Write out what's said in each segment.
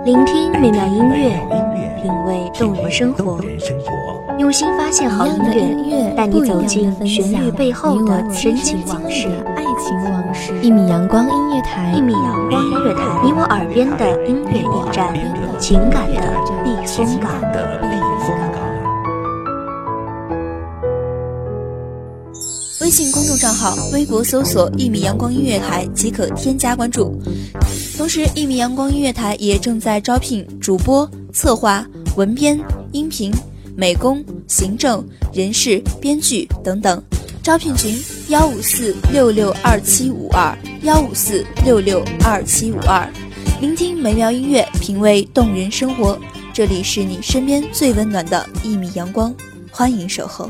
聆听美妙音乐，品味动人生活，用心发现好音乐，带你走进旋律背后的深情往事。 爱情往事。一米阳光音乐台， 你我耳边的音乐驿站，情感的避风港。 微信公众账号、微博搜索“一米阳光音乐台”即可添加关注。同时，一米阳光音乐台也正在招聘主播、策划、文编、音频、美工、行政、人事、编剧等等。招聘群154662752，154662752。聆听美妙音乐，品味动人生活。这里是你身边最温暖的一米阳光，欢迎守候。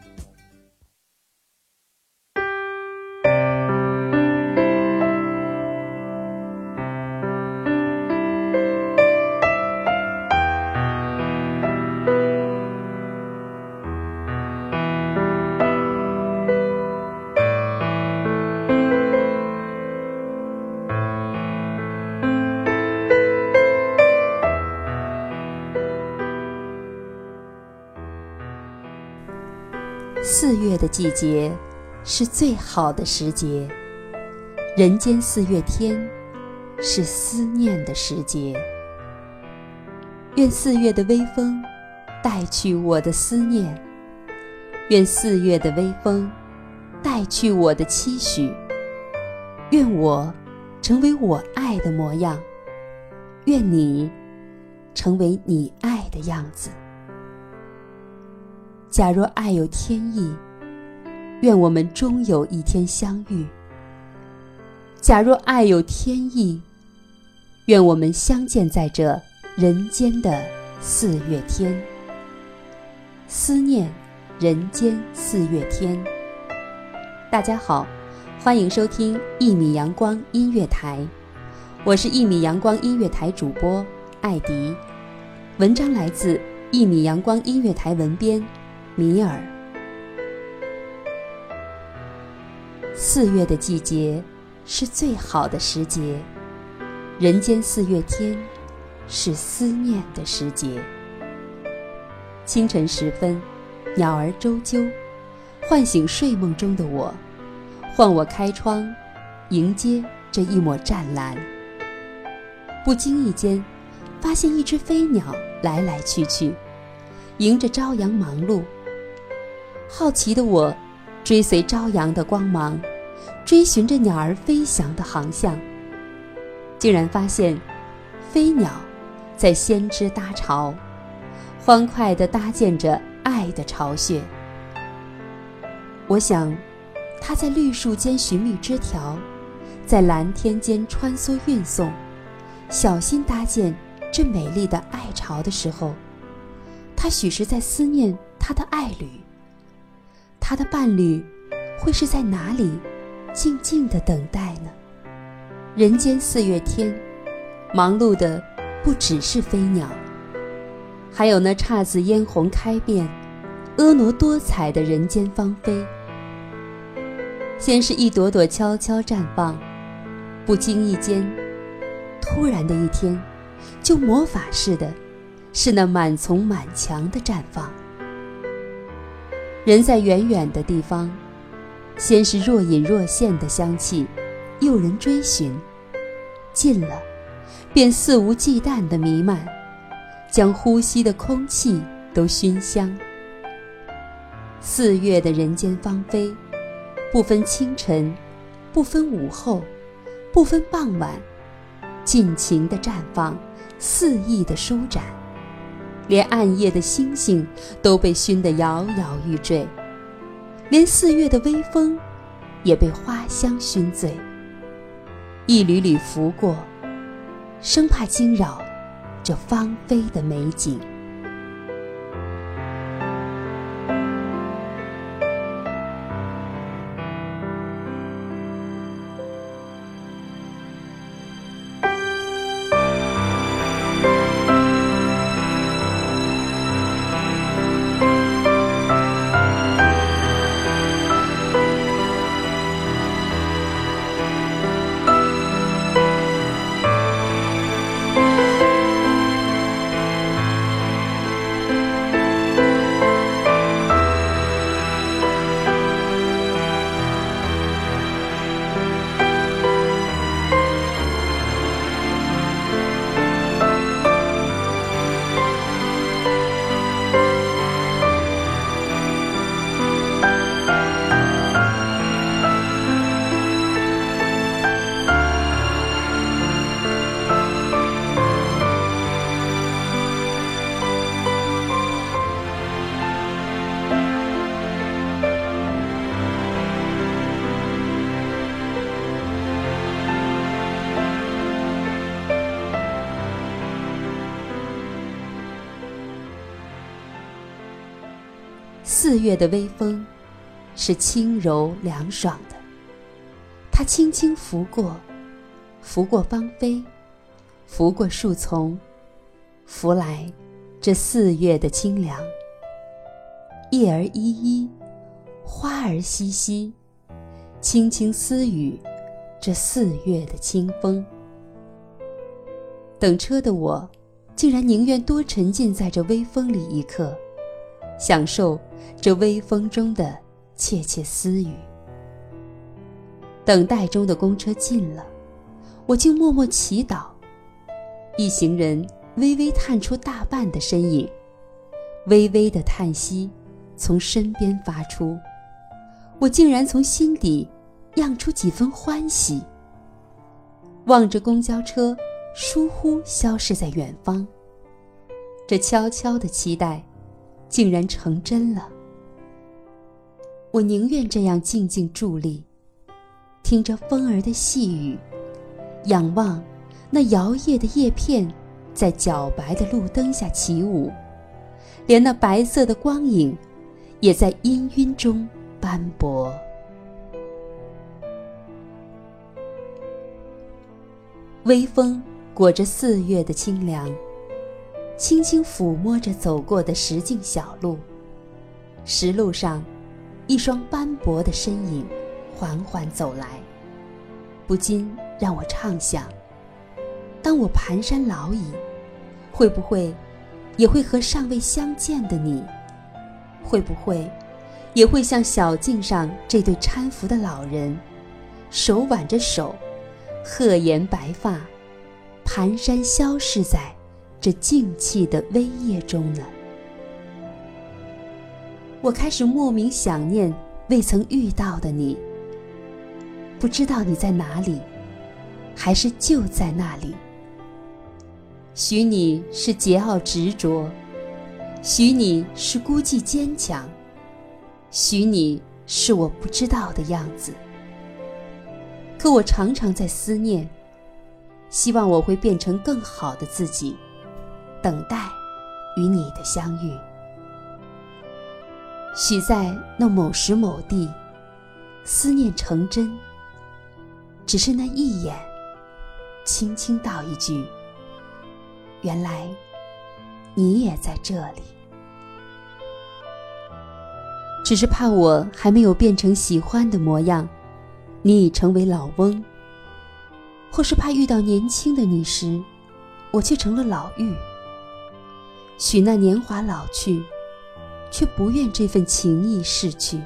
4月的季节是最好的时节，人间4月天是思念的时节。愿4月的微风带去我的思念，愿4月的微风带去我的期许，愿我成为我爱的模样，愿你成为你爱的样子。假若爱有天意，愿我们终有一天相遇。假若爱有天意，愿我们相见在这人间的4月天。思念人间4月天。大家好，欢迎收听一米阳光音乐台，我是一米阳光音乐台主播艾迪。文章来自一米阳光音乐台文编米尔。4月的季节是最好的时节，人间4月天是思念的时节。清晨时分，鸟儿啾啾，唤醒睡梦中的我，唤我开窗，迎接这一抹湛蓝。不经意间，发现一只飞鸟来来去去，迎着朝阳忙碌。好奇的我追随朝阳的光芒，追寻着鸟儿飞翔的航向，竟然发现飞鸟在先知搭巢，欢快地搭建着爱的巢穴。我想它在绿树间寻觅枝条，在蓝天间穿梭运送，小心搭建这美丽的爱巢的时候，它许是在思念它的爱侣。他的伴侣会是在哪里静静地等待呢？人间4月天，忙碌的不只是飞鸟，还有那姹紫嫣红开遍、婀娜多彩的人间芳菲。先是一朵朵悄悄绽放，不经意间，突然的一天，就魔法似的，是那满丛满墙的绽放。人在远远的地方，先是若隐若现的香气诱人追寻，近了便肆无忌惮地弥漫，将呼吸的空气都熏香。4月的人间芳菲，不分清晨，不分午后，不分傍晚，尽情地绽放，肆意地舒展，连暗夜的星星都被熏得摇摇欲坠，连4月的微风也被花香熏醉。一缕缕拂过，生怕惊扰这芳菲的美景。 4月的微风是轻柔凉爽的，它轻轻拂过芳菲，拂过树丛，拂来这4月的清凉。叶儿依依，花儿淅淅，轻轻私语这4月的清风。等车的我竟然宁愿多沉浸在这微风里一刻，享受这微风中的窃窃私语。等待中的公车近了，我竟默默祈祷，一行人微微探出大半的身影，微微的叹息从身边发出，我竟然从心底漾出几分欢喜。望着公交车疏忽消失在远方，这悄悄的期待竟然成真了。我宁愿这样静静伫立，听着风儿的细语，仰望那摇曳的叶片在皎白的路灯下起舞，连那白色的光影也在氤氲中斑驳。微风裹着4月的清凉，轻轻抚摸着走过的石径小路，石路上一双斑驳的身影缓缓走来，不禁让我畅想，当我蹒跚老矣，会不会也会和尚未相见的你，会不会也会像小径上这对搀扶的老人，手挽着手，鹤颜白发，蹒跚消逝在这静气的微夜中呢？我开始莫名想念未曾遇到的你，不知道你在哪里，还是就在那里。许你是桀骜执着，许你是孤寂坚强，许你是我不知道的样子。可我常常在思念，希望我会变成更好的自己，等待与你的相遇。许在那某时某地，思念成真，只是那一眼，轻轻道一句，原来你也在这里。只是怕我还没有变成喜欢的模样，你已成为老翁，或是怕遇到年轻的你时，我却成了老妪。许那年华老去，却不愿这份情谊逝去。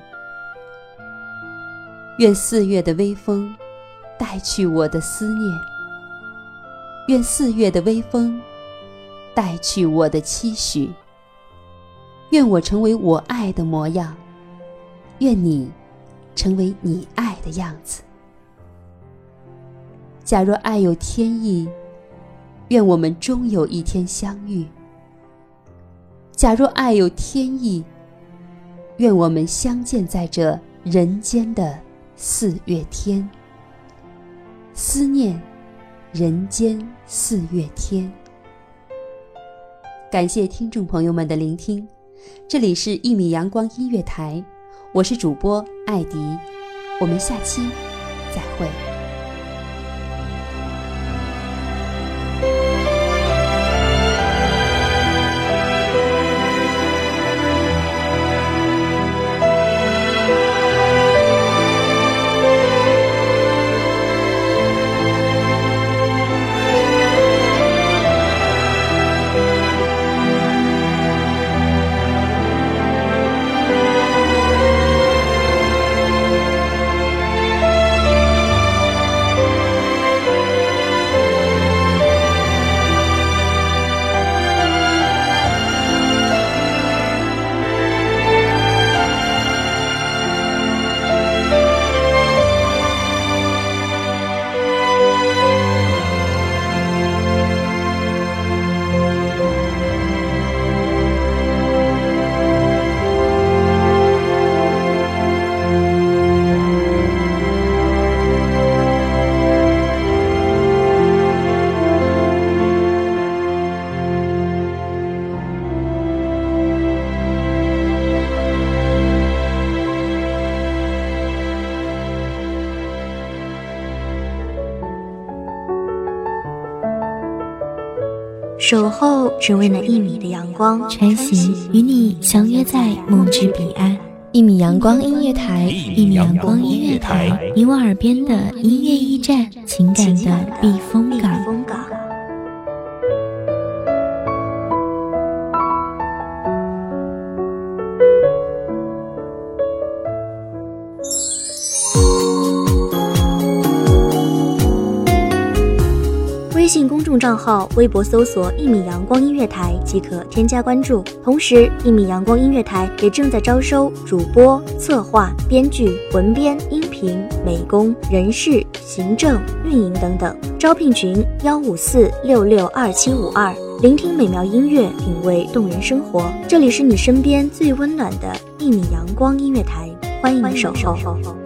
愿4月的微风带去我的思念，愿4月的微风带去我的期许。愿我成为我爱的模样，愿你成为你爱的样子。假若爱有天意，愿我们终有一天相遇。假若爱有天意，愿我们相见在这人间的4月天。思念人间4月天。感谢听众朋友们的聆听，这里是1米阳光音乐台，我是主播艾迪，我们下期再会。 守候只为那1米的阳光， 穿行与你相约在梦之彼岸。1米阳光音乐台，1米阳光音乐台，你我耳边的音乐驿站，情感的避风港。 微信公众账号、微博搜索1米阳光音乐台即可添加关注。同时，1米阳光音乐台也正在招收主播、策划、编剧、文编、音频、美工、人事、行政、运营等等。招聘群154662752。聆听美妙音乐，品味动人生活。这里是你身边最温暖的1米阳光音乐台，欢迎守候。